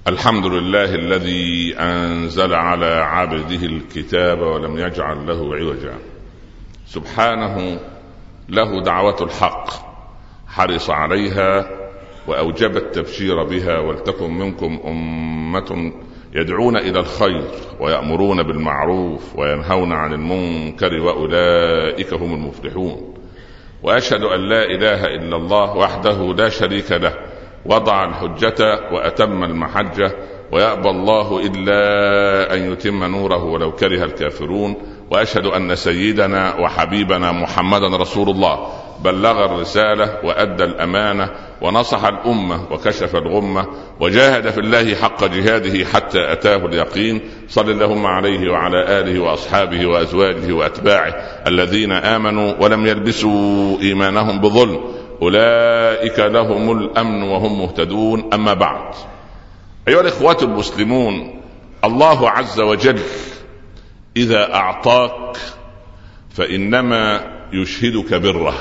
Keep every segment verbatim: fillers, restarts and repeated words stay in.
الحمد لله الذي أنزل على عبده الكتاب ولم يجعل له عوجا. سبحانه له دعوة الحق حرص عليها وأوجب التبشير بها، ولتكن منكم أمة يدعون إلى الخير ويأمرون بالمعروف وينهون عن المنكر وأولئك هم المفلحون. وأشهد أن لا إله إلا الله وحده لا شريك له، وضع الحجة وأتم المحجة، ويأبى الله إلا أن يتم نوره ولو كره الكافرون. وأشهد أن سيدنا وحبيبنا محمدا رسول الله بلغ الرسالة وأدى الأمانة ونصح الأمة وكشف الغمة وجاهد في الله حق جهاده حتى أتاه اليقين. صل اللهم عليه وعلى آله وأصحابه وأزواجه وأتباعه الذين آمنوا ولم يلبسوا إيمانهم بظلم، أولئك لهم الأمن وهم مهتدون. أما بعد، أيها الإخوة المسلمون، الله عز وجل إذا أعطاك فإنما يشهدك بره،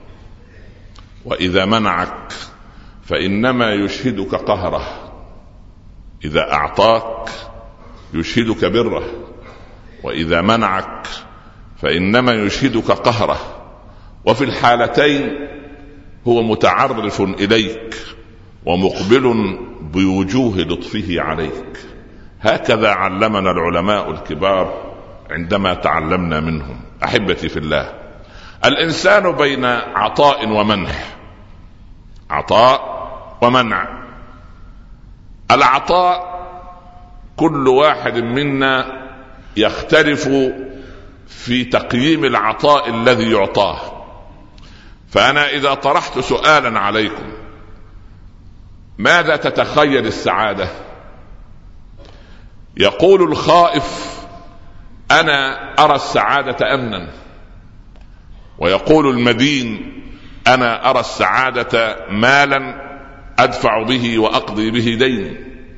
وإذا منعك فإنما يشهدك قهره. إذا أعطاك يشهدك بره، وإذا منعك فإنما يشهدك قهره. وفي الحالتين هو متعرف إليك ومقبل بوجوه لطفه عليك. هكذا علمنا العلماء الكبار عندما تعلمنا منهم. أحبتي في الله، الإنسان بين عطاء ومنح، عطاء ومنع. العطاء كل واحد منا يختلف في تقييم العطاء الذي يعطاه. فأنا إذا طرحت سؤالا عليكم: ماذا تتخيل السعادة؟ يقول الخائف: أنا أرى السعادة أمنا. ويقول المدين: أنا أرى السعادة مالا أدفع به وأقضي به ديني.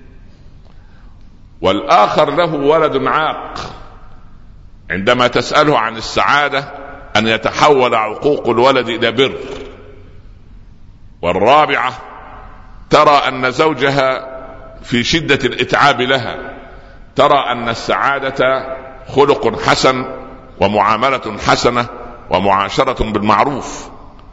والآخر له ولد عاق، عندما تسأله عن السعادة أن يتحول عقوق الولد إلى بر. والرابعة ترى أن زوجها في شدة الإتعاب لها، ترى أن السعادة خلق حسن ومعاملة حسنة ومعاشرة بالمعروف.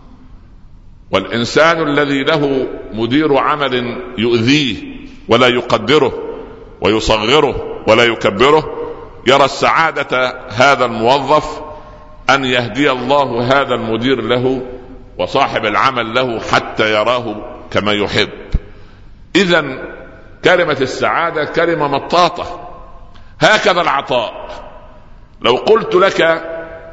والإنسان الذي له مدير عمل يؤذيه ولا يقدره ويصغره ولا يكبره يرى السعادة هذا الموظف أن يهدي الله هذا المدير له وصاحب العمل له حتى يراه كما يحب. إذن كلمة السعادة كلمة مطاطة. هكذا العطاء. لو قلت لك: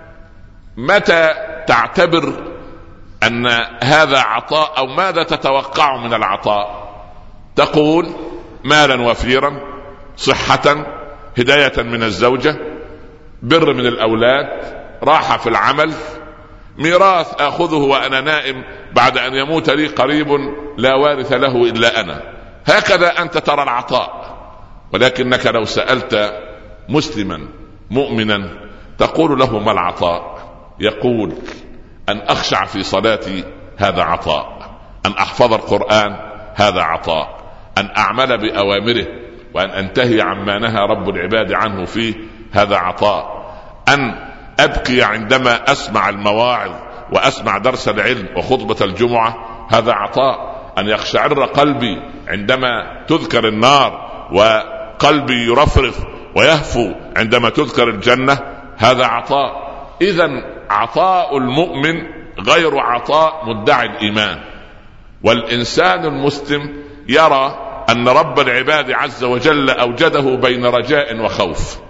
متى تعتبر أن هذا عطاء، أو ماذا تتوقع من العطاء؟ تقول: مالا وفيرا، صحة، هداية من الزوجة، بر من الأولاد، راحة في العمل، ميراث أخذه وأنا نائم بعد أن يموت لي قريب لا وارث له إلا أنا. هكذا أنت ترى العطاء. ولكنك لو سألت مسلما مؤمنا تقول له: ما العطاء؟ يقول: أن أخشع في صلاتي، هذا عطاء. أن أحفظ القرآن، هذا عطاء. أن أعمل بأوامره وأن أنتهي عما نهى رب العباد عنه فيه، هذا عطاء. أن أبكي عندما أسمع المواعظ وأسمع درس العلم وخطبة الجمعة، هذا عطاء. أن يقشعر قلبي عندما تذكر النار وقلبي يرفرف ويهفو عندما تذكر الجنة، هذا عطاء. إذن عطاء المؤمن غير عطاء مدعي الإيمان. والإنسان المسلم يرى أن رب العباد عز وجل أوجده بين رجاء وخوف.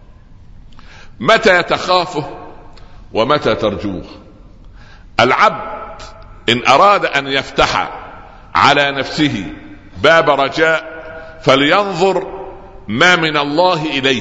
متى تخافه ومتى ترجوه؟ العبد إن أراد أن يفتح على نفسه باب رجاء فلينظر ما من الله إليه،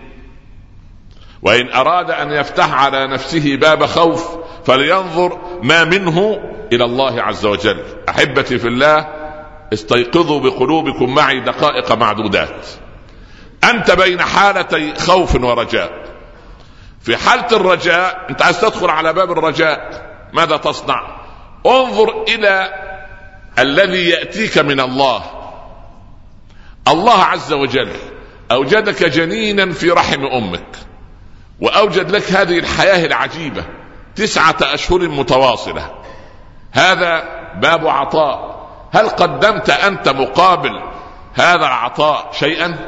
وإن أراد أن يفتح على نفسه باب خوف فلينظر ما منه إلى الله عز وجل. أحبتي في الله، استيقظوا بقلوبكم معي دقائق معدودات. أنت بين حالتي خوف ورجاء. في حالة الرجاء أنت عايز تدخل على باب الرجاء، ماذا تصنع؟ انظر إلى الذي يأتيك من الله. الله عز وجل أوجدك جنينا في رحم أمك، وأوجد لك هذه الحياة العجيبة تسعة أشهر متواصلة. هذا باب عطاء. هل قدمت أنت مقابل هذا العطاء شيئا؟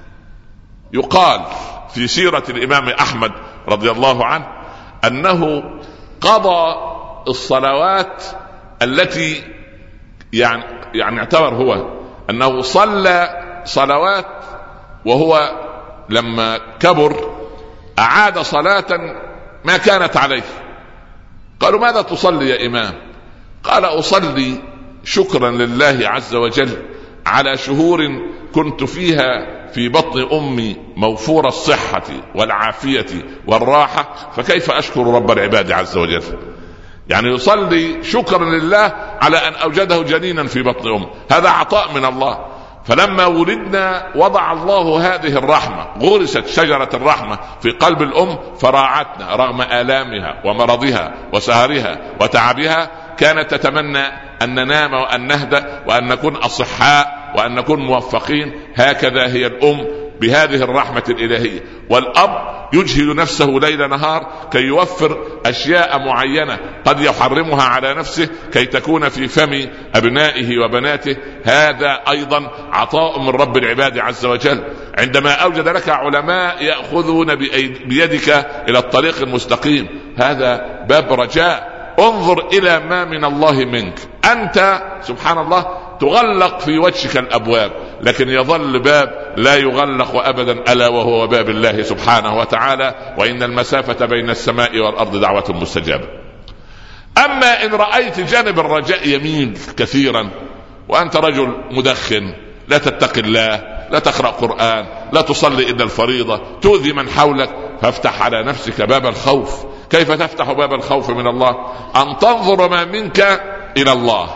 يقال في سيرة الإمام أحمد رضي الله عنه أنه قضى الصلوات التي يعني يعني اعتبر هو أنه صلى صلوات وهو لما كبر أعاد صلاة ما كانت عليه. قالوا ماذا تصلي يا إمام؟ قال أصلي شكرا لله عز وجل على شهور كنت فيها في بطن أمي موفور الصحة والعافية والراحة، فكيف أشكر رب العباد عز وجل؟ يعني يصلي شكرا لله على أن أوجده جنينا في بطن أمه، هذا عطاء من الله. فلما ولدنا وضع الله هذه الرحمة، غرست شجرة الرحمة في قلب الأم فراعتنا رغم آلامها ومرضها وسهرها وتعبها. كانت تتمنى أن ننام وأن نهدأ وأن نكون أصحاء وأن نكون موفقين. هكذا هي الأم بهذه الرحمة الإلهية. والأب يجهد نفسه ليل نهار كي يوفر أشياء معينة قد يحرمها على نفسه كي تكون في فم أبنائه وبناته. هذا أيضا عطاء من رب العباد عز وجل. عندما أوجد لك علماء يأخذون بيدك إلى الطريق المستقيم، هذا باب رجاء. انظر إلى ما من الله منك. أنت سبحان الله تغلق في وجهك الأبواب، لكن يظل باب لا يغلق أبدا، ألا وهو باب الله سبحانه وتعالى. وإن المسافة بين السماء والأرض دعوة مستجابة. أما إن رأيت جانب الرجاء يميل كثيرا وأنت رجل مدخن، لا تتقي الله، لا تقرأ قرآن، لا تصلي إلا الفريضة، تؤذي من حولك، فافتح على نفسك باب الخوف. كيف تفتح باب الخوف من الله؟ أن تنظر ما منك إلى الله.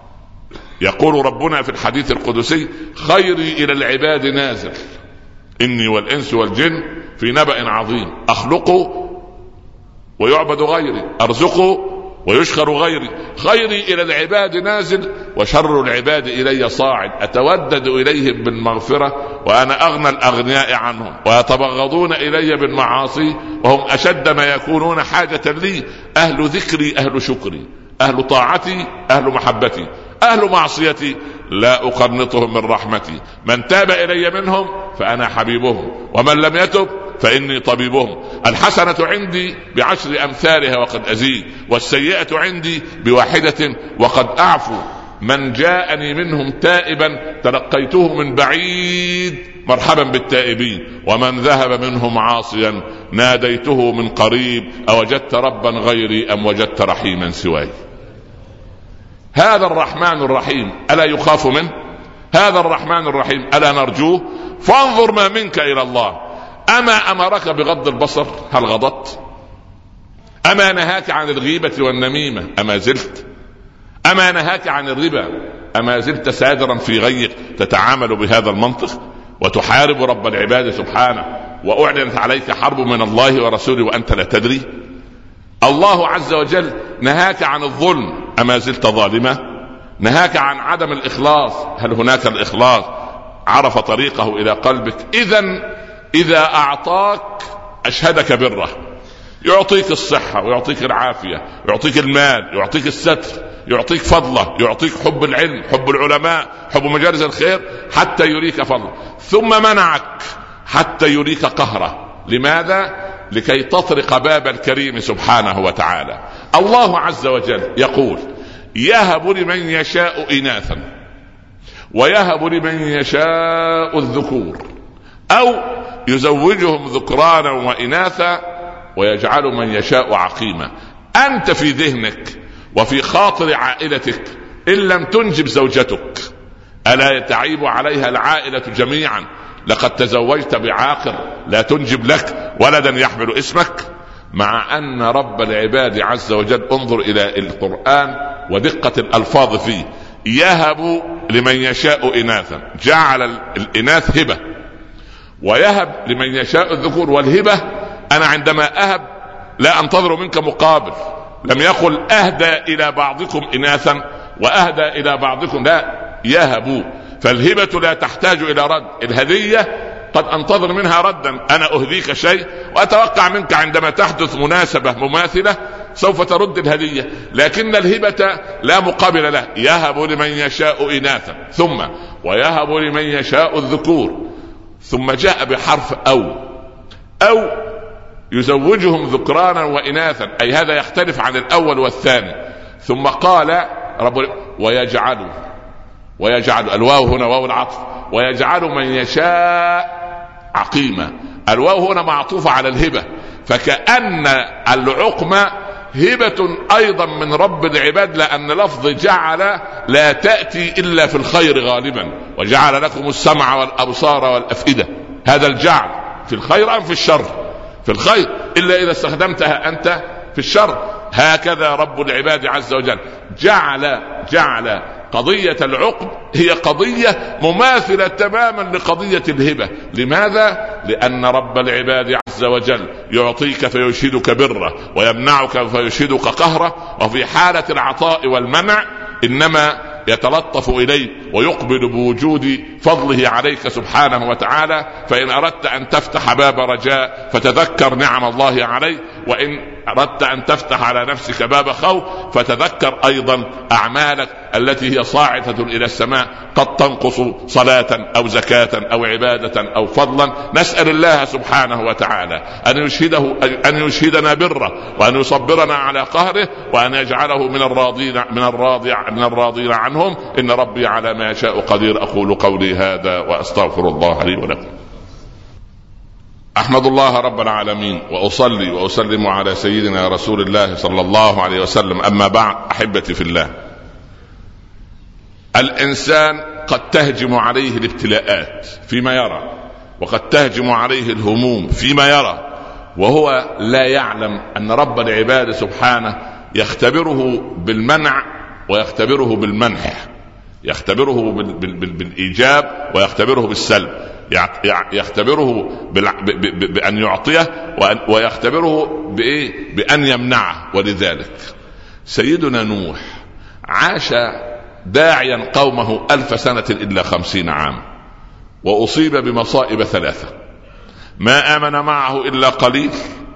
يقول ربنا في الحديث القدسي: خيري إلى العباد نازل، إني والإنس والجن في نبأ عظيم، أخلقه ويعبد غيري، أرزقه ويشكر غيري. خيري إلى العباد نازل وشر العباد إلي صاعد، أتودد إليهم بالمغفرة وأنا أغنى الأغنياء عنهم، ويتبغضون إلي بالمعاصي وهم أشد ما يكونون حاجة لي. أهل ذكري أهل شكري، أهل طاعتي أهل محبتي، أهل معصيتي لا أقنطهم من رحمتي. من تاب إلي منهم فأنا حبيبهم، ومن لم يتب فإني طبيبهم. الحسنة عندي بعشر أمثالها وقد أزيد، والسيئة عندي بواحدة وقد أعفو. من جاءني منهم تائبا تلقيته من بعيد مرحبا بالتائبين، ومن ذهب منهم عاصيا ناديته من قريب أوجدت ربا غيري أم وجدت رحيما سواي. هذا الرحمن الرحيم ألا يخاف منه؟ هذا الرحمن الرحيم ألا نرجوه؟ فانظر ما منك إلى الله. أما أمرك بغض البصر؟ هل غضت؟ أما نهاك عن الغيبة والنميمة؟ أما زلت؟ أما نهاك عن الربا؟ أما زلت سادرا في غيك تتعامل بهذا المنطق وتحارب رب العباد سبحانه، وأعلنت عليك حرب من الله ورسوله وأنت لا تدري؟ الله عز وجل نهاك عن الظلم، أما زلت ظالمة؟ نهاك عن عدم الإخلاص، هل هناك الإخلاص عرف طريقه إلى قلبك؟ إذن إذا أعطاك أشهدك بره، يعطيك الصحة ويعطيك العافية، يعطيك المال، يعطيك الستر، يعطيك فضله، يعطيك حب العلم، حب العلماء، حب مجالس الخير، حتى يريك فضله، ثم منعك حتى يريك قهره. لماذا؟ لكي تطرق باب الكريم سبحانه وتعالى. الله عز وجل يقول: يهب لمن يشاء إناثا ويهب لمن يشاء الذكور أو يزوجهم ذكرانا وإناثا ويجعل من يشاء عقيما. أنت في ذهنك وفي خاطر عائلتك إن لم تنجب زوجتك ألا تعيب عليها العائلة جميعا؟ لقد تزوجت بعاقر لا تنجب لك ولدا يحمل اسمك. مع أن رب العباد عز وجل، انظر إلى القرآن ودقة الألفاظ فيه، يهب لمن يشاء إناثا، جعل الإناث هبة، ويهب لمن يشاء الذكور. والهبة أنا عندما أهب لا أنتظر منك مقابل، لم يقل أهدى إلى بعضكم إناثا وأهدى إلى بعضكم، لا، يهب. فالهبة لا تحتاج إلى رد. الهدية قد أنتظر منها ردا، أنا أهديك شيء وأتوقع منك عندما تحدث مناسبة مماثلة سوف ترد الهدية، لكن الهبة لا مقابل له. يهب لمن يشاء إناثا ثم ويهب لمن يشاء الذكور، ثم جاء بحرف أو أو يزوجهم ذكرانا وإناثا، أي هذا يختلف عن الأول والثاني. ثم قال رب ويجعل ويجعل الواو هنا واو العطف، ويجعل من يشاء عقيما. الواو هنا معطوفة على الهبة، فكأن العقمة هبة أيضا من رب العباد، لأن لفظ جعل لا تأتي إلا في الخير غالبا. وجعل لكم السمع والأبصار والأفئدة، هذا الجعل في الخير أم في الشر؟ في الخير، إلا إذا استخدمتها أنت في الشر. هكذا رب العباد عز وجل جعل جعل قضية العقم هي قضية مماثلة تماما لقضية الهبة. لماذا؟ لأن رب العباد عز وجل يعطيك فيشهدك بره، ويمنعك فيشهدك قهره، وفي حالة العطاء والمنع إنما يتلطف إليه ويقبل بوجود فضله عليك سبحانه وتعالى. فإن أردت أن تفتح باب رجاء فتذكر نعم الله عليك، وإن أردت أن تفتح على نفسك باب خوف فتذكر أيضا أعمالك التي هي صاعدة إلى السماء قد تنقص صلاة أو زكاة أو عبادة أو فضلا. نسأل الله سبحانه وتعالى أن يشهده أن يشهدنا بره، وأن يصبرنا على قهره، وأن يجعله من الراضين من الراضي من الراضين عنهم. إن ربي على ما يشاء قدير. أقول قولي هذا وأستغفر الله لي ولكم. أحمد الله رب العالمين، وأصلي وأسلم على سيدنا رسول الله صلى الله عليه وسلم. أما بعد، أحبتي في الله، الإنسان قد تهجم عليه الابتلاءات فيما يرى، وقد تهجم عليه الهموم فيما يرى، وهو لا يعلم أن رب العباد سبحانه يختبره بالمنع ويختبره بالمنح، يختبره بالإيجاب ويختبره بالسلب، يختبره بأن يعطيه ويختبره بإيه؟ بأن يمنعه. ولذلك سيدنا نوح عاش داعيا قومه ألف سنة إلا خمسين عام، وأصيب بمصائب ثلاثة: ما آمن معه إلا قليل،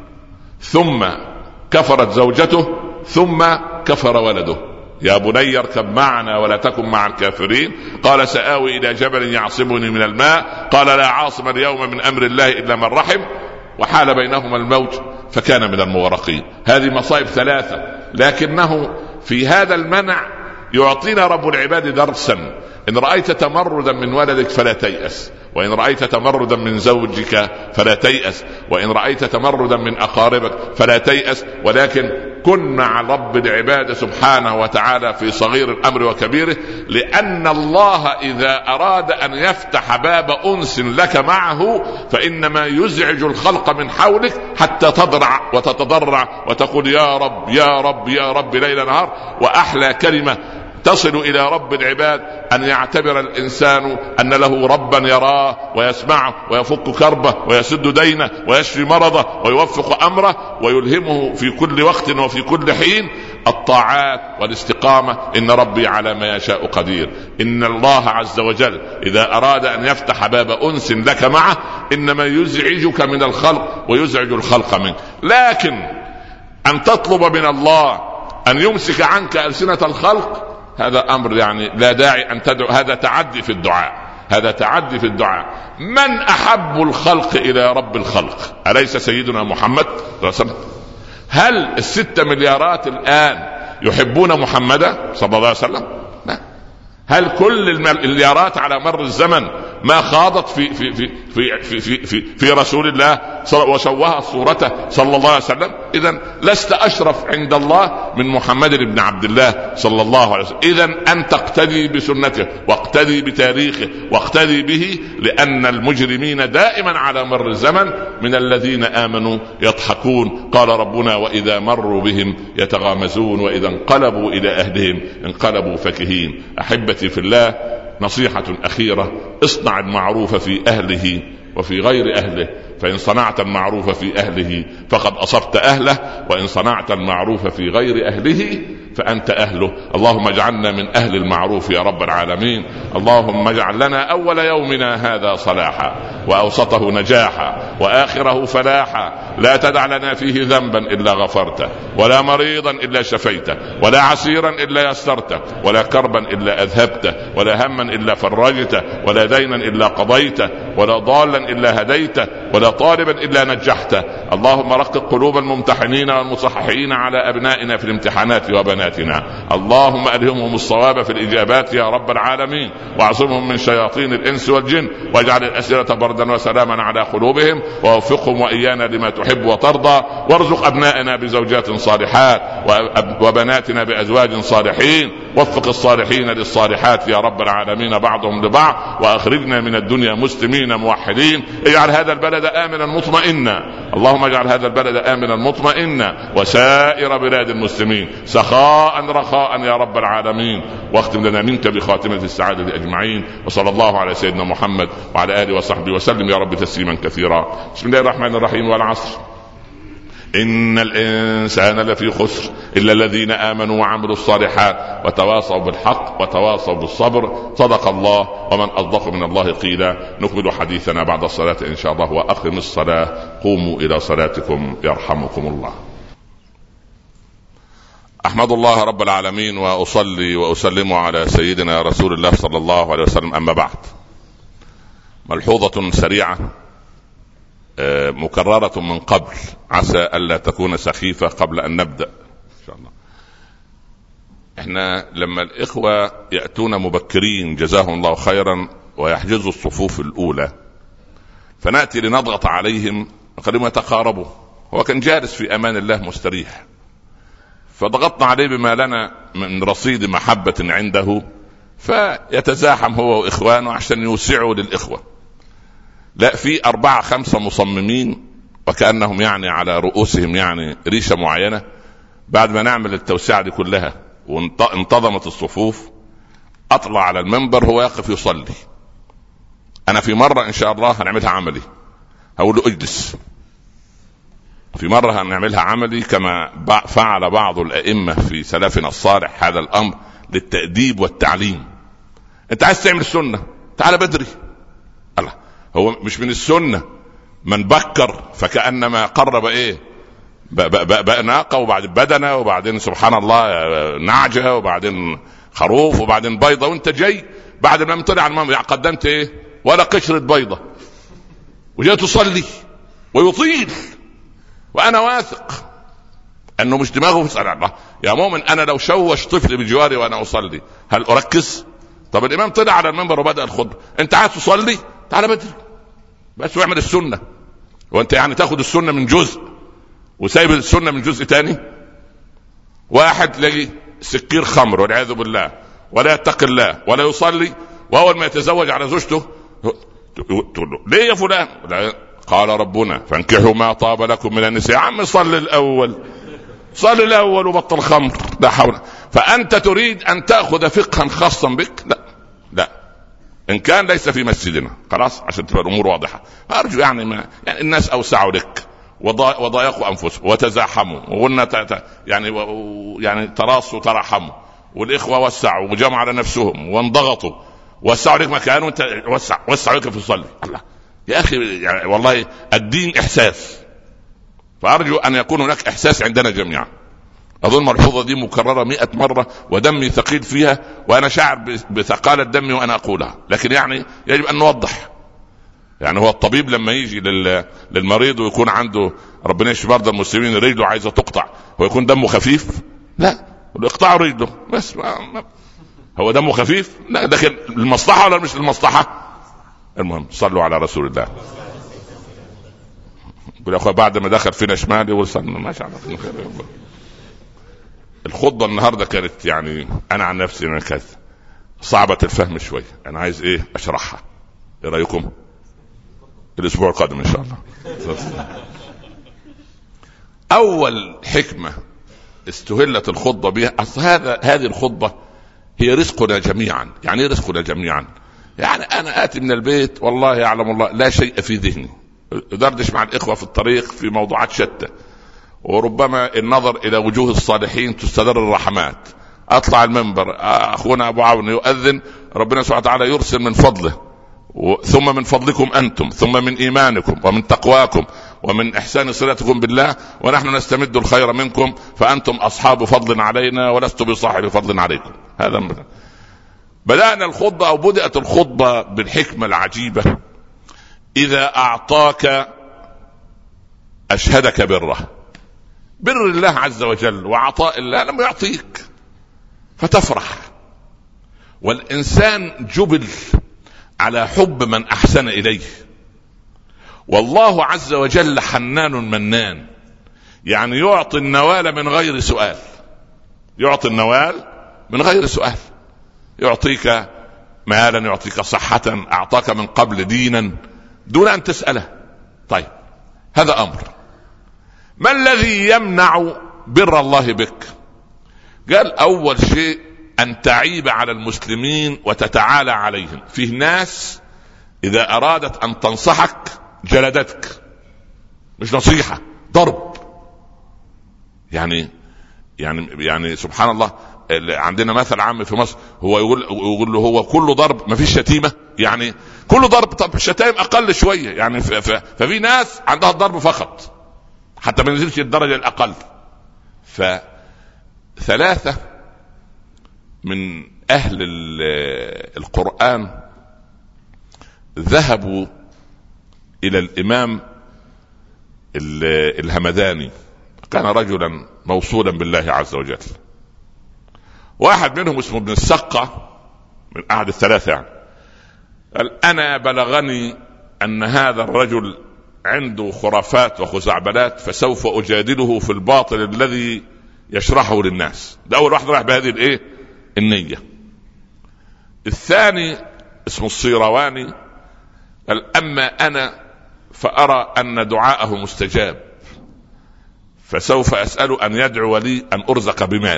ثم كفرت زوجته، ثم كفر ولده. يا بني اركب معنا ولا تكن مع الكافرين. قال سآوي إلى جبل يعصمني من الماء. قال لا عاصم اليوم من أمر الله إلا من رحم، وحال بينهما الموج فكان من المغرقين. هذه مصائب ثلاثة، لكنه في هذا المنع يعطينا رب العباد درسا. إن رأيت تمردا من ولدك فلا تيأس، وإن رأيت تمردا من زوجك فلا تيأس، وإن رأيت تمردا من أقاربك فلا تيأس، ولكن كن مع رب العباد سبحانه وتعالى في صغير الأمر وكبيره. لأن الله إذا أراد أن يفتح باب أنس لك معه فإنما يزعج الخلق من حولك حتى تضرع وتتضرع وتقول يا رب يا رب يا رب ليل نهار. وأحلى كلمة تصل إلى رب العباد أن يعتبر الإنسان أن له ربا يراه ويسمعه ويفك كربه ويسد دينه ويشفي مرضه ويوفق أمره ويلهمه في كل وقت وفي كل حين الطاعات والاستقامة. إن ربي على ما يشاء قدير. إن الله عز وجل إذا أراد أن يفتح باب أنس لك معه إنما يزعجك من الخلق ويزعج الخلق منك. لكن أن تطلب من الله أن يمسك عنك ألسنة الخلق هذا أمر يعني لا داعي أن تدعو، هذا تعدي في الدعاء، هذا تعدي في الدعاء. من أحب الخلق إلى رب الخلق؟ أليس سيدنا محمد صلى الله عليه وسلم؟ هل الستة مليارات الآن يحبون محمدا صلى الله عليه وسلم؟ لا. هل كل المليارات على مر الزمن ما خاضت في في في في في في, في, في رسول الله وشوهت صورته صلى الله عليه وسلم؟ إذن لست أشرف عند الله من محمد بن عبد الله صلى الله عليه وسلم. إذن أن تقتدي بسنته واقتدي بتاريخه واقتدي به، لأن المجرمين دائما على مر الزمن من الذين آمنوا يضحكون. قال ربنا وإذا مروا بهم يتغامزون وإذا انقلبوا إلى أهلهم انقلبوا فكهين. أحبتي في الله، نصيحة أخيرة: اصنع المعروف في أهله وفي غير أهله، فإن صنعت المعروف في أهله فقد أصبت أهله، وإن صنعت المعروف في غير أهله فأنت أهله. اللهم اجعلنا من أهل المعروف يا رب العالمين. اللهم اجعل لنا أول يومنا هذا صلاحا، وأوسطه نجاحا، وآخره فلاحا. لا تدع لنا فيه ذنبا إلا غفرته، ولا مريضا إلا شفيته، ولا عسيرا إلا يسرته، ولا كربا إلا أذهبته، ولا هما إلا فرجته، ولا دينا إلا قضيته، ولا ضالا إلا هديته، ولا طالبا إلا نجحته. اللهم رقق قلوب الممتحنين والمصححين على أبنائنا في الامتحانات وبناتنا. اللهم ألهمهم الصواب في الإجابات يا رب العالمين، واعصمهم من شياطين الإنس والجن، واجعل الأسئلة بردا وسلاما على قلوبهم، ووفقهم وإيانا لما تحب وترضى. وارزق أبنائنا بزوجات صالحات، وبناتنا بأزواج صالحين. وفق الصالحين للصالحات يا رب العالمين بعضهم لبعض. وأخرجنا من الدنيا مسلمين موحدين. اجعل هذا البلد آمنا مطمئنا. اللهم اجعل هذا البلد آمنا مطمئنا، وسائر بلاد المسلمين سخاء رخاء يا رب العالمين. واختم لنا منك بخاتمة السعادة أجمعين. وصلى الله على سيدنا محمد وعلى آله وصحبه وسلم يا رب تسليما كثيرا. بسم الله الرحمن الرحيم. والعصر إن الإنسان لفي خسر إلا الذين آمنوا وعملوا الصالحات وتواصوا بالحق وتواصوا بالصبر. صدق الله، ومن أصدق من الله قيلا. نكمل حديثنا بعد الصلاة إن شاء الله. وأقم الصلاة، قوموا إلى صلاتكم يرحمكم الله. أحمد الله رب العالمين، وأصلي وأسلم على سيدنا رسول الله صلى الله عليه وسلم. أما بعد، ملحوظة سريعة مكررة من قبل، عسى ألا تكون سخيفة قبل أن نبدأ إن شاء الله. إحنا لما الإخوة يأتون مبكرين جزاهم الله خيرا ويحجزوا الصفوف الأولى، فنأتي لنضغط عليهم خليهم يتقاربوا. هو كان جالس في أمان الله مستريح، فضغطنا عليه بما لنا من رصيد محبة عنده، فيتزاحم هو وإخوانه عشان يوسعوا للإخوة. لا، في أربعة خمسة مصممين وكأنهم يعني على رؤوسهم يعني ريشة معينة. بعد ما نعمل التوسعة دي كلها وانتظمت الصفوف، أطلع على المنبر هو يقف يصلي. أنا في مرة إن شاء الله هنعملها عملي، هقول له اجلس. في مرة هنعملها عملي كما فعل بعض الأئمة في سلفنا الصالح هذا الأمر للتأديب والتعليم. أنت عايز تعمل سنة، تعال بدري. الله، هو مش من السنة من بكر فكأنما قرب ايه بقى ناقة، وبعدين بدنة، وبعدين سبحان الله نعجة، وبعدين خروف، وبعدين بيضة، وانت جاي بعد ما طلع المنبر قدمت ايه ولا قشرة بيضة وجاي تصلي ويطيل. وانا واثق انه مش دماغه بيسأل الله. يا مؤمن، انا لو شوش طفل بجواري وانا اصلي هل اركز؟ طب الامام طلع على المنبر وبدأ الخطبة، انت عايز تصلي تعال بدري بس واعمل السنة. وانت يعني تاخد السنة من جزء وسايب السنة من جزء تاني؟ واحد لقي سكير خمر والعياذ بالله، ولا يتقي الله ولا يصلي، واول ما يتزوج على زوجته تقول له ليه يا فلان؟ قال ربنا فانكحوا ما طاب لكم من النساء. يا عم صلي الاول، صلي الاول وبطل خمر. لا حول. فانت تريد ان تاخذ فقها خاصا بك؟ لا لا، إن كان ليس في مسجدنا خلاص عشان تبقى الأمور واضحة. أرجو يعني, ما يعني الناس أوسعوا لك وضايقوا أنفسهم وتزاحموا وقلنا يعني يعني تراصوا ترحموا، والإخوة وسعوا وجمعوا على نفسهم وانضغطوا وسعوا لك مكان وانت وسع وسعوا لك في الصلاة. الله يا أخي، يعني والله الدين إحساس، فأرجو أن يكون هناك إحساس عندنا جميعا. أظن الملحوظة دي مكررة مئة مرة ودمي ثقيل فيها، وأنا شاعر بثقالة دمي وأنا أقولها، لكن يعني يجب أن نوضح. يعني هو الطبيب لما يجي للمريض ويكون عنده ربنا يشفي مرضى المسلمين رجله عايزة تقطع ويكون دمه خفيف، لا اقطعوا رجله بس. هو دمه خفيف؟ لا، لكن المصلحة ولا مش المصلحة؟ المهم صلوا على رسول الله. يقول أخوة بعد ما دخل فينا شمالي وصلنا ما شاء الله. الخطبة النهاردة كانت يعني أنا عن نفسي أنا كانت صعبة الفهم شوي. أنا عايز إيه أشرحها، إيه رأيكم؟ الأسبوع القادم إن شاء الله. أول حكمة استهلت الخطبة بها، أصل هذا هذه الخطبة هي رزقنا جميعا. يعني إيه رزقنا جميعا؟ يعني أنا آتي من البيت والله يعلم الله لا شيء في ذهني، دردش مع الإخوة في الطريق في موضوعات شتى، وربما النظر الى وجوه الصالحين تستدر الرحمات. اطلع المنبر اخونا ابو عون يؤذن، ربنا سبحانه وتعالى يرسل من فضله، ثم من فضلكم انتم، ثم من ايمانكم ومن تقواكم ومن احسان صلتكم بالله، ونحن نستمد الخير منكم، فانتم اصحاب فضل علينا ولست بصاحب فضل عليكم. هذا مثلا. بدأنا الخطبة او بدأت الخطبة بالحكمة العجيبة: اذا اعطاك اشهدك بره. بر الله عز وجل وعطاء الله لم يعطيك فتفرح. والإنسان جبل على حب من أحسن إليه، والله عز وجل حنان منان، يعني يعطي النوال من غير سؤال. يعطي النوال من غير سؤال. يعطيك مالا، يعطيك صحة، أعطاك من قبل دينا دون أن تسأله. طيب هذا أمر. ما الذي يمنع بر الله بك؟ قال أول شيء أن تعيب على المسلمين وتتعالى عليهم. فيه ناس إذا أرادت أن تنصحك جلدتك، مش نصيحة، ضرب. يعني يعني يعني سبحان الله، عندنا مثل عام في مصر، هو يقول يقول له هو كله ضرب ما فيش شتيمة، يعني كله ضرب. طب الشتائم أقل شوية يعني. ففي ناس عندها الضرب فقط حتى ما ينزلش الدرجة الأقل. فثلاثة من أهل القرآن ذهبوا إلى الإمام الهمداني، كان رجلا موصولا بالله عز وجل. واحد منهم اسمه ابن السقة، من أحد الثلاثة يعني، قال: أنا بلغني أن هذا الرجل عنده خرافات وخزعبلات، فسوف أجادله في الباطل الذي يشرحه للناس. ده أول واحد راح بهذه الإيه النية. الثاني اسمه الصيرواني، قال: أما أنا فأرى أن دعاءه مستجاب، فسوف أسأل أن يدعو لي أن أرزق بمال.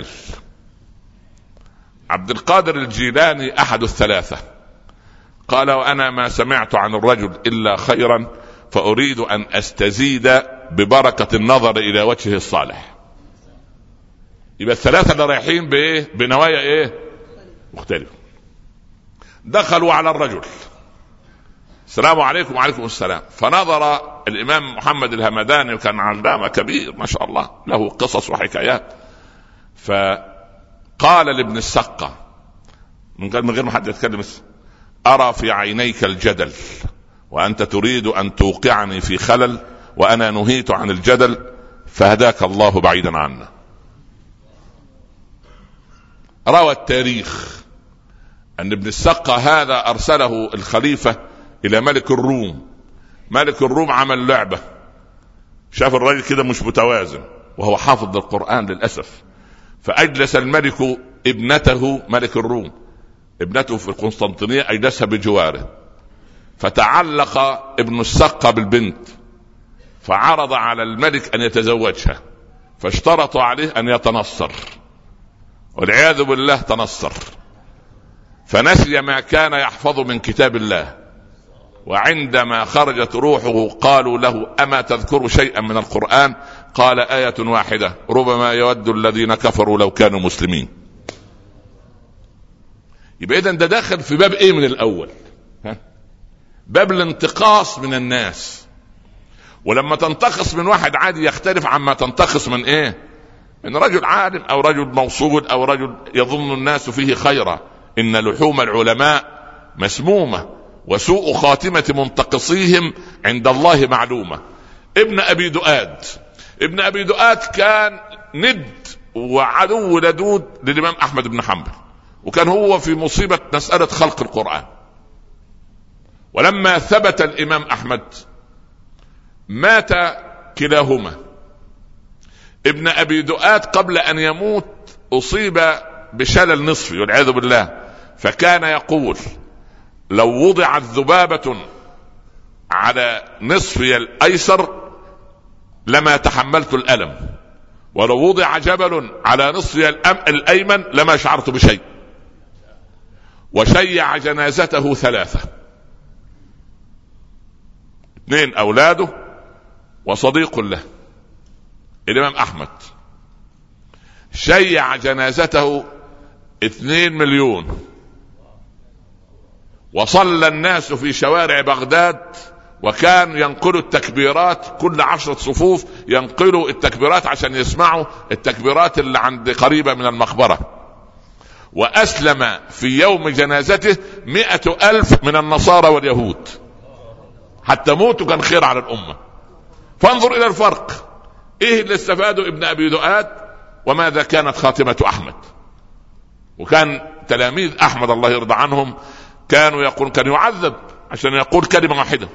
عبد القادر الجيلاني أحد الثلاثة قال: وأنا ما سمعت عن الرجل إلا خيرا، فأريد أن أستزيد ببركة النظر إلى وجهه الصالح. يبقى الثلاثة اللي رايحين بإيه؟ بنوايا إيه مختلفة. دخلوا على الرجل: السلام عليكم. وعليكم السلام. فنظر الإمام محمد الهمداني، وكان علامة كبير ما شاء الله، له قصص وحكايات، فقال لابن السقة من غير ما حد يتكلم: أرى في عينيك الجدل، وأنت تريد أن توقعني في خلل، وأنا نهيت عن الجدل، فهداك الله بعيدا عنا. روى التاريخ أن ابن السقة هذا أرسله الخليفة إلى ملك الروم. ملك الروم عمل لعبة، شاف الرجل كده مش متوازن، وهو حافظ القرآن للأسف، فأجلس الملك ابنته، ملك الروم ابنته في القسطنطينية، أجلسها بجواره، فتعلق ابن السقة بالبنت، فعرض على الملك أن يتزوجها، فاشترط عليه أن يتنصر، والعياذ بالله تنصر، فنسي ما كان يحفظ من كتاب الله. وعندما خرجت روحه قالوا له: أما تذكر شيئا من القرآن؟ قال: آية واحدة، ربما يود الذين كفروا لو كانوا مسلمين. يبقى إذن ده داخل في باب إيه من الأول؟ ها؟ باب الانتقاص من الناس. ولما تنتقص من واحد عادي يختلف عما تنتقص من إيه؟ من رجل عالم أو رجل موصول أو رجل يظن الناس فيه خيرا. إن لحوم العلماء مسمومة، وسوء خاتمة منتقصيهم عند الله معلومة. ابن أبي دؤاد ابن أبي دؤاد كان ند وعدو لدود للإمام أحمد بن حنبل، وكان هو في مصيبة مسألة خلق القرآن. ولما ثبت الإمام أحمد مات كلاهما. ابن أبي دؤاد قبل أن يموت أصيب بشلل نصفي والعياذ بالله، فكان يقول: لو وضعت ذبابة على نصفي الأيسر لما تحملت الألم، ولو وضع جبل على نصفي الأيمن لما شعرت بشيء. وشيع جنازته ثلاثة، اثنين أولاده وصديق له. الامام احمد شيع جنازته اثنين مليون، وصلى الناس في شوارع بغداد، وكان ينقلوا التكبيرات كل عشرة صفوف، ينقلوا التكبيرات عشان يسمعوا التكبيرات اللي عند قريبة من المقبرة. وأسلم في يوم جنازته مئة ألف من النصارى واليهود، حتى موتوا كان خير على الأمة. فانظر إلى الفرق، إيه اللي استفاده ابن أبي دؤاد وماذا كانت خاتمة أحمد. وكان تلاميذ أحمد الله يرضى عنهم كانوا يقول كان يعذب عشان يقول كلمة واحدة،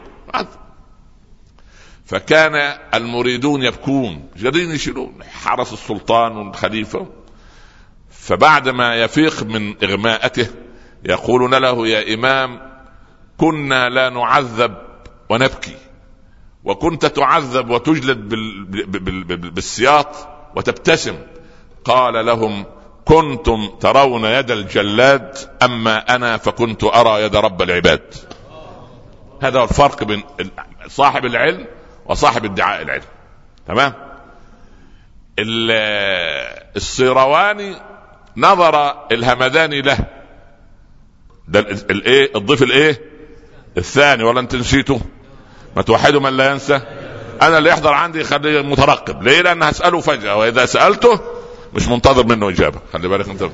فكان المريدون يبكون جرين يشيلون حرس السلطان والخليفة. فبعد ما يفيق من إغماءته يقولون له: يا إمام، كنا لا نعذب ونبكي، وكنت تعذب وتجلد بالسياط وتبتسم. قال لهم: كنتم ترون يد الجلاد، أما أنا فكنت أرى يد رب العباد. هذا هو الفرق بين صاحب العلم وصاحب ادعاء العلم. تمام. الصيرواني نظر الهمداني له، ده الايه الضيف الايه الثاني، ولا انت نسيته؟ ما توحدوا من لا ينسى. انا اللي يحضر عندي خليه مترقب، ليه؟ لان هسأله فجأة، واذا سألته مش منتظر منه اجابة، خلي بالك انت.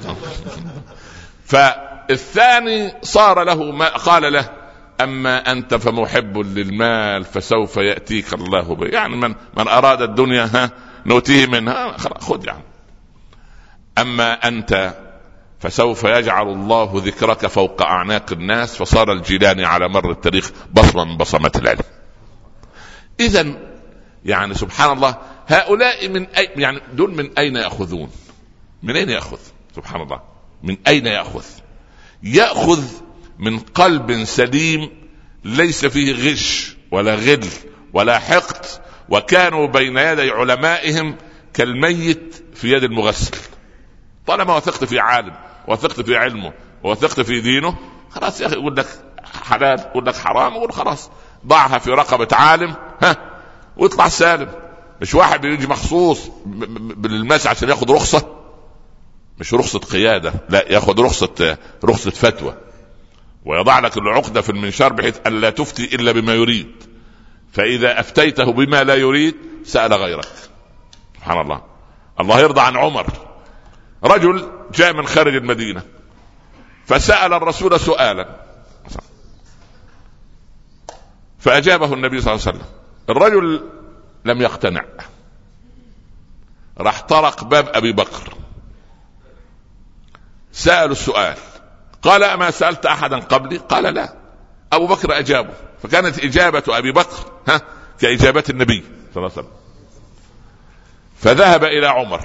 فالثاني صار له ما قال له: اما انت فمحب للمال فسوف يأتيك الله به. يعني من من اراد الدنيا ها نؤتيه منها، خذ يعني. اما انت فسوف يجعل الله ذكرك فوق اعناق الناس. فصار الجيلاني على مر التاريخ بصمة من بصمات العلم. اذن يعني سبحان الله، هؤلاء من أي يعني دول من اين يأخذون؟ من اين يأخذ؟ سبحان الله، من اين يأخذ؟ يأخذ من قلب سليم ليس فيه غش ولا غل ولا حقد، وكانوا بين يدي علمائهم كالميت في يد المغسل. طالما وثقت في عالم، وثقت في علمه، وثقت في دينه، خلاص يا اخي، يقول لك حلال يقول لك حرام، يقول خلاص ضعها في رقبة عالم ها واطلع سالم. مش واحد بيجي مخصوص بالمس عشان ياخد رخصة، مش رخصة قيادة، لا، ياخد رخصة رخصة فتوى، ويضع لك العقدة في المنشار بحيث ألا تفتي إلا بما يريد. فإذا أفتيته بما لا يريد سأل غيرك. سبحان الله. الله يرضى عن عمر. رجل جاء من خارج المدينة فسأل الرسول سؤالا فأجابه النبي صلى الله عليه وسلم. الرجل لم يقتنع، راح طرق باب أبي بكر، سأل السؤال، قال: أما سألت أحدا قبلي؟ قال: لا. أبو بكر أجابه، فكانت إجابة أبي بكر ها كإجابة النبي صلى الله عليه وسلم. فذهب إلى عمر،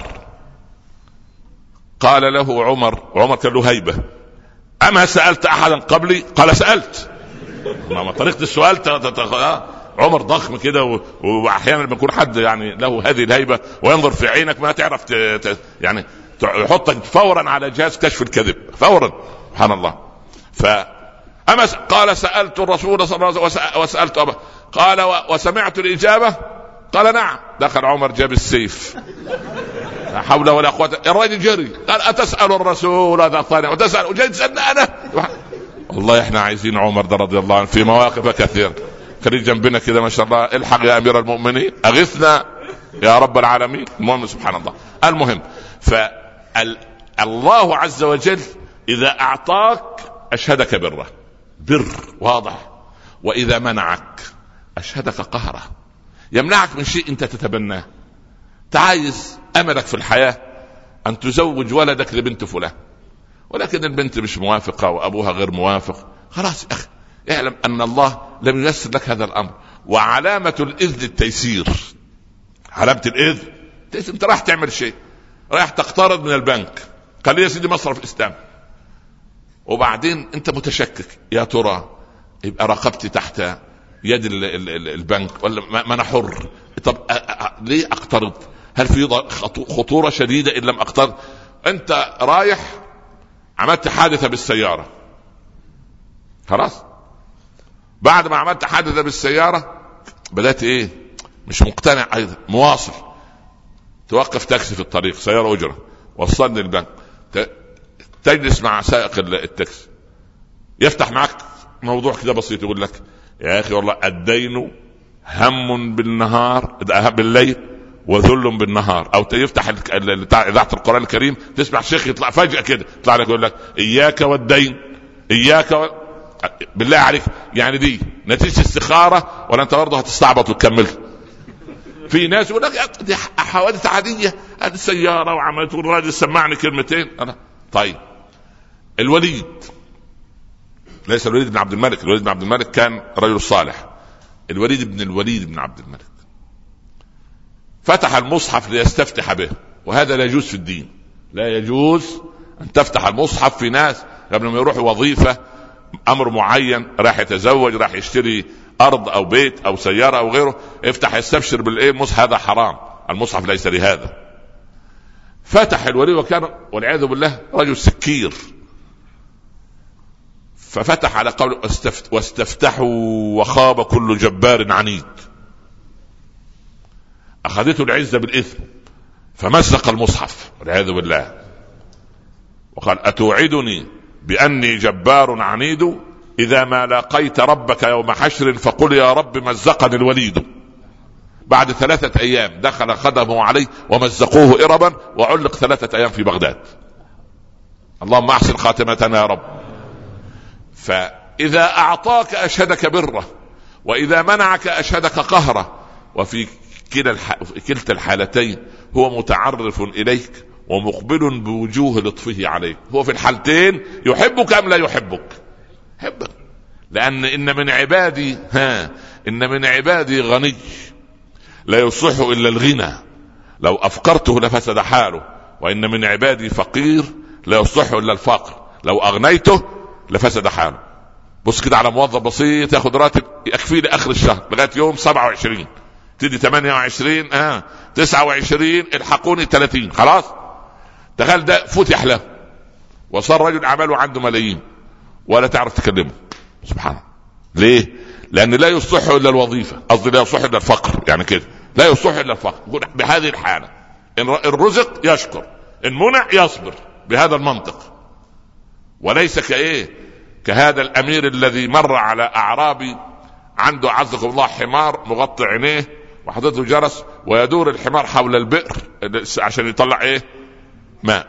قال له عمر، وعمر كان له هيبة: أما سألت أحدا قبلي؟ قال: سألت. ما طريقة السؤال عمر ضخم كده، وأحيانا بيكون حد يعني له هذه الهيبة وينظر في عينك ما تعرف يعني يحطك فورا على جهاز كشف الكذب فورا. سبحان الله. فأما قال: سألت الرسول صلى الله عليه وسلم وسألت أبا. قال: وسمعت الإجابة؟ قال: نعم. دخل عمر جاب السيف، لا حول ولا قوة. الرجل جري قال: أتسأل الرسول هذا الثاني وتسأل وجاي تسألنا أنا؟ والله احنا عايزين عمر ده رضي الله عنه في مواقف كثيرة. خليك جنبنا كده ما شاء الله، الحق يا أمير المؤمنين، أغثنا يا رب العالمين. المهم سبحان الله. المهم، فالله عز وجل إذا أعطاك أشهدك بره، بر واضح، وإذا منعك أشهدك قهره، يمنعك من شيء أنت تتبناه. تعايز أملك في الحياة أن تزوج ولدك لبنت فلان، ولكن البنت مش موافقة وأبوها غير موافق، خلاص أخي اعلم أن الله لم ييسر لك هذا الأمر. وعلامة الإذن التيسير، علامة الإذن أنت راح تعمل شيء، رايح تقترض من البنك، قال لي يا سيدي مصرف إسلام، وبعدين أنت متشكك، يا ترى يبقى رقبتي تحت يد البنك ولا ما أنا حر؟ طب ليه أقترض؟ هل في خطورة شديدة إن لم أقترض؟ أنت رايح عملت حادثة بالسيارة، خلاص بعد ما عملت حادثة بالسيارة بدأت إيه؟ مش مقتنع أيضا، مواصل. توقف تاكسي في الطريق، سيارة أجرة، وصلني البنك، تجلس مع سائق التاكسي يفتح معك موضوع كده بسيط، يقول لك يا أخي والله الدين هم بالنهار بالليل وذل بالنهار. او يفتح اذاعه القران الكريم تسمع شيخ يطلع فجاه كده يطلع لك يقول لك اياك والدين اياك و... بالله عليك يعني دي نتيجه استخاره ولا انت برضه هتستعبط وتكمل؟ في ناس يقول لك دي حوادث عاديه، هذه السياره وعملت والراجل سمعني كلمتين. انا طيب الوليد ليس الوليد بن عبد الملك، الوليد بن عبد الملك كان رجل صالح، الوليد بن الوليد بن عبد الملك فتح المصحف ليستفتح به، وهذا لا يجوز في الدين، لا يجوز أن تفتح المصحف في ناس قبل ما يروح وظيفة أمر معين، راح يتزوج، راح يشتري أرض أو بيت أو سيارة أو غيره، يفتح يستبشر بالإيه المصحف، هذا حرام، المصحف ليس لهذا. فتح الوليد وكان والعياذ بالله رجل سكير، ففتح على قوله واستفت واستفتحوا وخاب كل جبار عنيد، أخذته العزة بالإثم فمزق المصحف والعياذ بالله، وقال أتوعدني بأني جبار عنيد إذا ما لاقيت ربك يوم حشر فقل يا رب مزقني الوليد. بعد ثلاثة أيام دخل خدمه عليه ومزقوه إربا وعلق ثلاثة أيام في بغداد. اللهم أحسن خاتمتنا يا رب. فإذا أعطاك أشهدك بره، وإذا منعك أشهدك قهره، وفي كلتا الحالتين هو متعرف إليك ومقبل بوجوه لطفه عليك. هو في الحالتين يحبك أم لا يحبك؟ يحبك، لأن إن من عبادي ها إن من عبادي غني لا يصح إلا الغنى لو أفقرته لفسد حاله، وإن من عبادي فقير لا يصح إلا الفقر لو أغنيته لفسد حاله. بص كده على موظف بسيط ياخد راتب يكفي لآخر الشهر لغاية يوم سبعة وعشرين، تدي ثمانية وعشرين اه تسعة وعشرين الحقوني ثلاثين، خلاص تخيل ده فتح له وصار رجل أعماله عنده ملايين ولا تعرف تكلمه. سبحان الله. ليه؟ لأن لا يصح إلا الوظيفة، قصدي لا يصح إلا الفقر، يعني كده لا يصح إلا الفقر. بهذه الحالة إن الرزق يشكر، إن منع يصبر، بهذا المنطق. وليس كإيه كهذا الأمير الذي مر على أعرابي عنده عزكم الله حمار مغطي عينيه وحضرته جرس ويدور الحمار حول البئر عشان يطلع ايه ماء.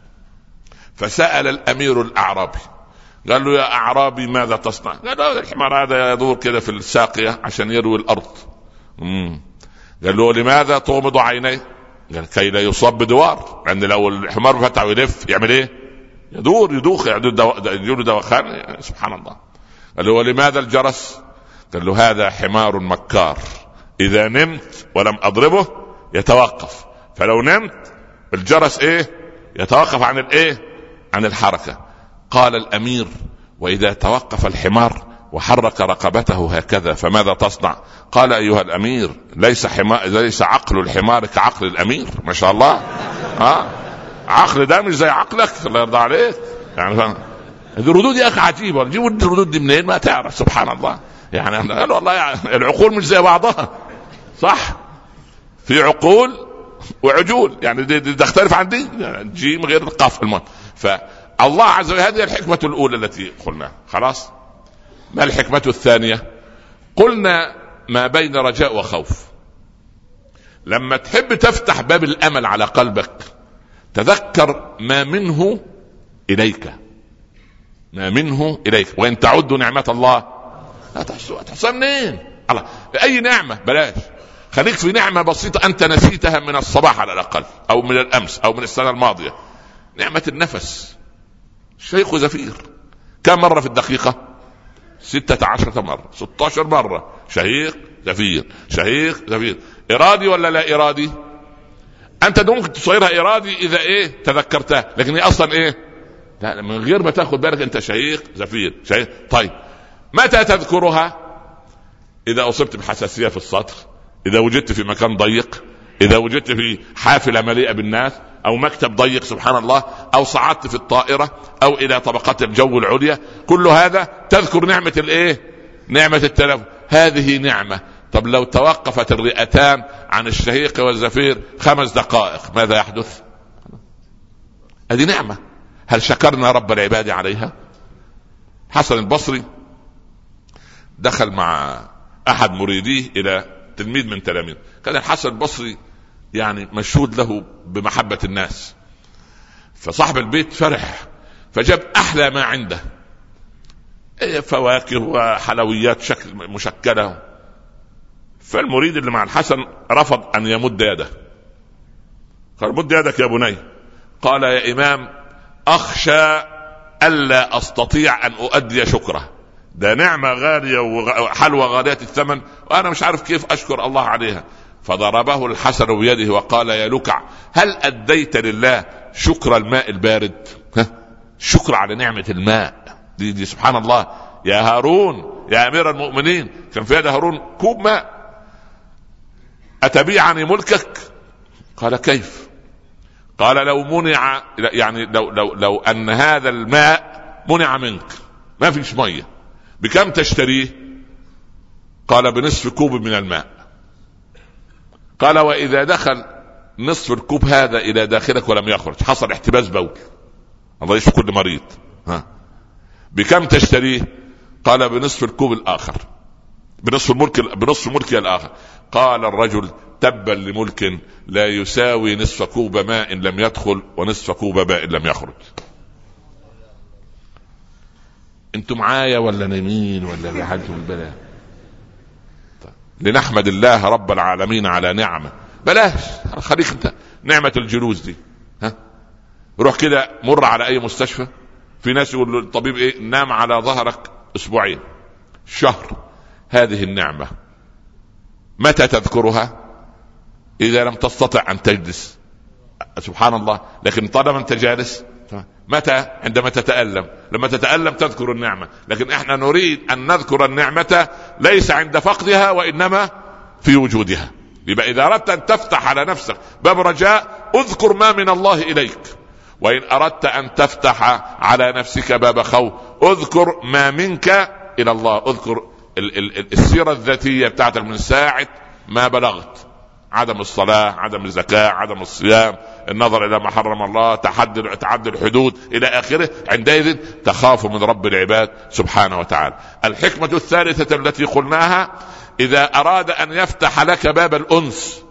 فسأل الأمير الأعرابي قال له يا أعرابي ماذا تصنع؟ قال له الحمار هذا يدور كده في الساقية عشان يروي الأرض. مم. قال له لماذا تغمض عينيه؟ قال كي لا يصاب بدوار، لأن لو الحمار فتح ويلف يعمل ايه؟ يدور يدوخ يدور دوخان يعني. سبحان الله. قال له ولماذا الجرس؟ قال له هذا حمار مكار، إذا نمت ولم أضربه يتوقف، فلو نمت الجرس إيه يتوقف عن الإيه عن الحركة. قال الأمير وإذا توقف الحمار وحرك رقبته هكذا فماذا تصنع؟ قال أيها الأمير ليس حمار ليس عقل الحمار كعقل الأمير. ما شاء الله. ها عقل ده مش زي عقلك، الله يرضى عليك يعني. هذه الردود يا أخي عجيبة، جيبوا الردود دي منين ما تعرف. سبحان الله. يعني قال والله يعني العقول مش زي بعضها، صح؟ في عقول وعجول يعني دي, دي تختلف عن دي، يعني جيم غير القاف المهم. فالله عز وجل هذه الحكمة الأولى التي قلنا. خلاص ما الحكمة الثانية؟ قلنا ما بين رجاء وخوف. لما تحب تفتح باب الأمل على قلبك تذكر ما منه إليك، ما منه إليك، وإن تعدوا نعمة الله هتحصل منين؟ الله اي نعمه بلاش، خليك في نعمه بسيطه انت نسيتها من الصباح على الاقل او من الامس او من السنه الماضيه. نعمه النفس. شيخ زفير كم مره في الدقيقه؟ ستة عشرة مره، ستة عشر مره. شهيق زفير شهيق زفير. ارادي ولا لا ارادي؟ انت ممكن تصيرها ارادي اذا ايه تذكرتها، لكن هي اصلا ايه لا من غير ما تاخد بالك انت شهيق زفير شهيق. طيب متى تذكرها؟ إذا أصبت بحساسية في السطر، إذا وجدت في مكان ضيق، إذا وجدت في حافلة مليئة بالناس أو مكتب ضيق سبحان الله، أو صعدت في الطائرة أو إلى طبقات الجو العليا، كل هذا تذكر نعمة الإيه؟ نعمة التلف. هذه نعمة. طب لو توقفت الرئتان عن الشهيق والزفير خمس دقائق، ماذا يحدث؟ هذه نعمة، هل شكرنا رب العباد عليها؟ حسن البصري دخل مع أحد مريديه إلى تلميذ من تلاميذ. كان الحسن البصري يعني مشهود له بمحبة الناس، فصاحب البيت فرح فجاب أحلى ما عنده، فواكه وحلويات شكل مشكلة. فالمريد اللي مع الحسن رفض أن يمد يده، قال مد يدك يا بني. قال يا إمام أخشى ألا أستطيع أن أؤدي شكره، ده نعمة غالية وحلوة غالية الثمن وأنا مش عارف كيف أشكر الله عليها. فضربه الحسن بيده وقال يا لكع هل أديت لله شكر الماء البارد؟ ها؟ شكر على نعمة الماء دي, دي سبحان الله. يا هارون يا أمير المؤمنين، كان في يد هارون كوب ماء، أتبيعني ملكك؟ قال كيف؟ قال لو منع، يعني لو, لو, لو أن هذا الماء منع منك ما فيش مية بكم تشتريه؟ قال بنصف كوب من الماء. قال وإذا دخل نصف الكوب هذا إلى داخلك ولم يخرج، حصل احتباس بول، الله يشفي كل مريض، ها بكم تشتريه؟ قال بنصف الكوب الآخر، بنصف الملك، بنصف ملكي الآخر. قال الرجل تبا لملك لا يساوي نصف كوب ماء لم يدخل ونصف كوب ماء لم يخرج. انتم معايا ولا نايمين ولا بحالتم البلاء؟ لنحمد الله رب العالمين على نعمة. بلاش خليك انت نعمة الجلوس دي، ها روح كده مر على اي مستشفى، في ناس يقول للطبيب ايه نام على ظهرك اسبوعين شهر. هذه النعمة متى تذكرها؟ اذا لم تستطع ان تجلس، سبحان الله. لكن طالما انت جالس، متى؟ عندما تتألم. لما تتألم تذكر النعمة، لكن احنا نريد ان نذكر النعمة ليس عند فقدها وانما في وجودها. يبقى اذا اردت ان تفتح على نفسك باب رجاء اذكر ما من الله اليك، وان اردت ان تفتح على نفسك باب خوف اذكر ما منك الى الله. اذكر ال- ال- السيرة الذاتية بتاعتك من ساعة ما بلغت، عدم الصلاة، عدم الزكاة، عدم الصيام، النظر إلى ما حرم الله، تحدي تعدي الحدود إلى آخره. عندئذ تخاف من رب العباد سبحانه وتعالى. الحكمة الثالثة التي قلناها، إذا أراد أن يفتح لك باب الأنس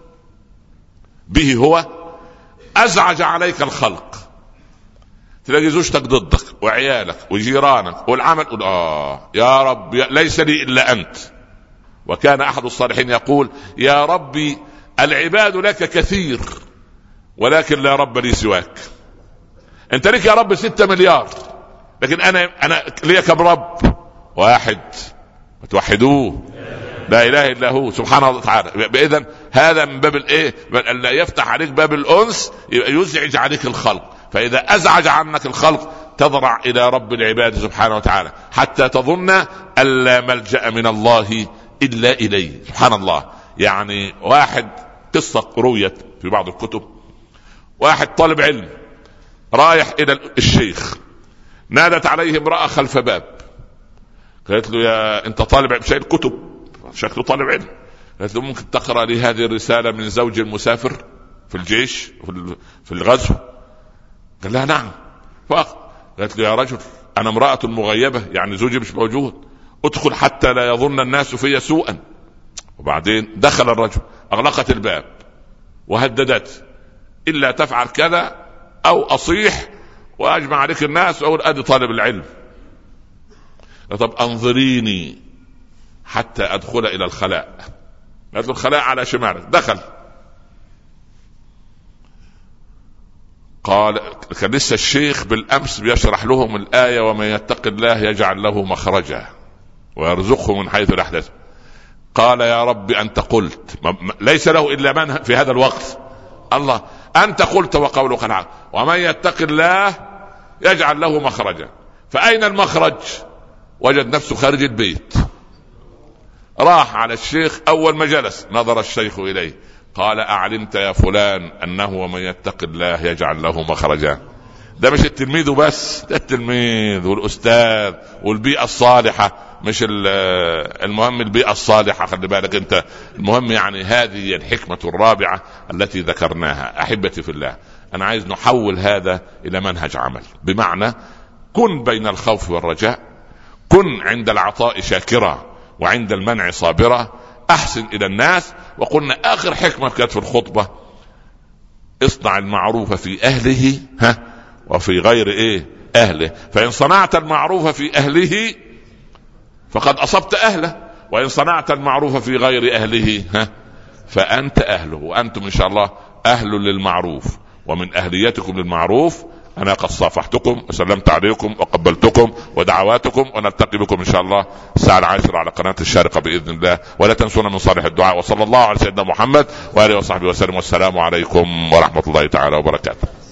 به هو أزعج عليك الخلق، تلاقي زوجتك ضدك وعيالك وجيرانك والعمل، قل آه يا رب ليس لي إلا أنت. وكان أحد الصالحين يقول يا ربي العباد لك كثير ولكن لا رب لي سواك. انت لك يا رب ستة مليار، لكن انا انا لي كم رب؟ واحد، وتوحدوه لا اله الا هو سبحانه وتعالى. باذن هذا من باب الايه؟ لا يفتح عليك باب الانس يزعج عليك الخلق. فاذا ازعج عنك الخلق تضرع الى رب العباد سبحانه وتعالى حتى تظن ان لا ملجأ من الله الا اليه. سبحان الله. يعني واحد، قصة رويت في بعض الكتب، واحد طالب علم رايح الى الشيخ، نادت عليه امرأة خلف باب، قالت له يا انت طالب علم شايل كتب شكله طالب علم، قالت له ممكن تقرأ لي هذه الرسالة من زوجي المسافر في الجيش في الغزو؟ قال لها نعم. قالت له يا رجل انا امرأة مغيبة، يعني زوجي مش موجود، ادخل حتى لا يظن الناس في سوءا. وبعدين دخل الرجل، اغلقت الباب وهددت الا تفعل كذا او اصيح واجمع عليك الناس واقول ادي طالب العلم. طب انظريني حتى ادخل الى الخلاء. قالت له الخلاء على شمالك. دخل، قال كان لسه الشيخ بالامس بيشرح لهم الايه ومن يتق الله يجعل له مخرجا ويرزقه من حيث لا يحتسب. قال يا رب أنت قلت، ليس له إلا من في هذا الوقت الله، أنت قلت وقولك الحق ومن يتق الله يجعل له مخرجا. فأين المخرج؟ وجد نفسه خارج البيت. راح على الشيخ، أول ما جلس نظر الشيخ إليه قال أعلمت يا فلان أنه ومن يتق الله يجعل له مخرجا؟ ده مش التلميذ بس، ده التلميذ والأستاذ والبيئة الصالحة مش المهم البيئة الصالحة، خلي بالك انت، المهم يعني هذه الحكمة الرابعة التي ذكرناها. احبتي في الله، انا عايز نحول هذا الى منهج عمل، بمعنى كن بين الخوف والرجاء، كن عند العطاء شاكرا وعند المنع صابرا، احسن الى الناس. وقلنا اخر حكمة كانت في الخطبة: اصنع المعروف في اهله ها وفي غير ايه اهله، فان صنعت المعروف في اهله فقد اصبت اهله، وان صنعت المعروف في غير اهله ها فانت اهله. وانتم ان شاء الله اهل للمعروف، ومن اهليتكم للمعروف انا قد صافحتكم وسلمت عليكم وقبلتكم ودعواتكم، ونلتقي بكم ان شاء الله الساعه العاشره على قناه الشارقه باذن الله. ولا تنسونا من صالح الدعاء، وصلى الله على سيدنا محمد واله وصحبه وسلم، والسلام عليكم ورحمه الله تعالى وبركاته.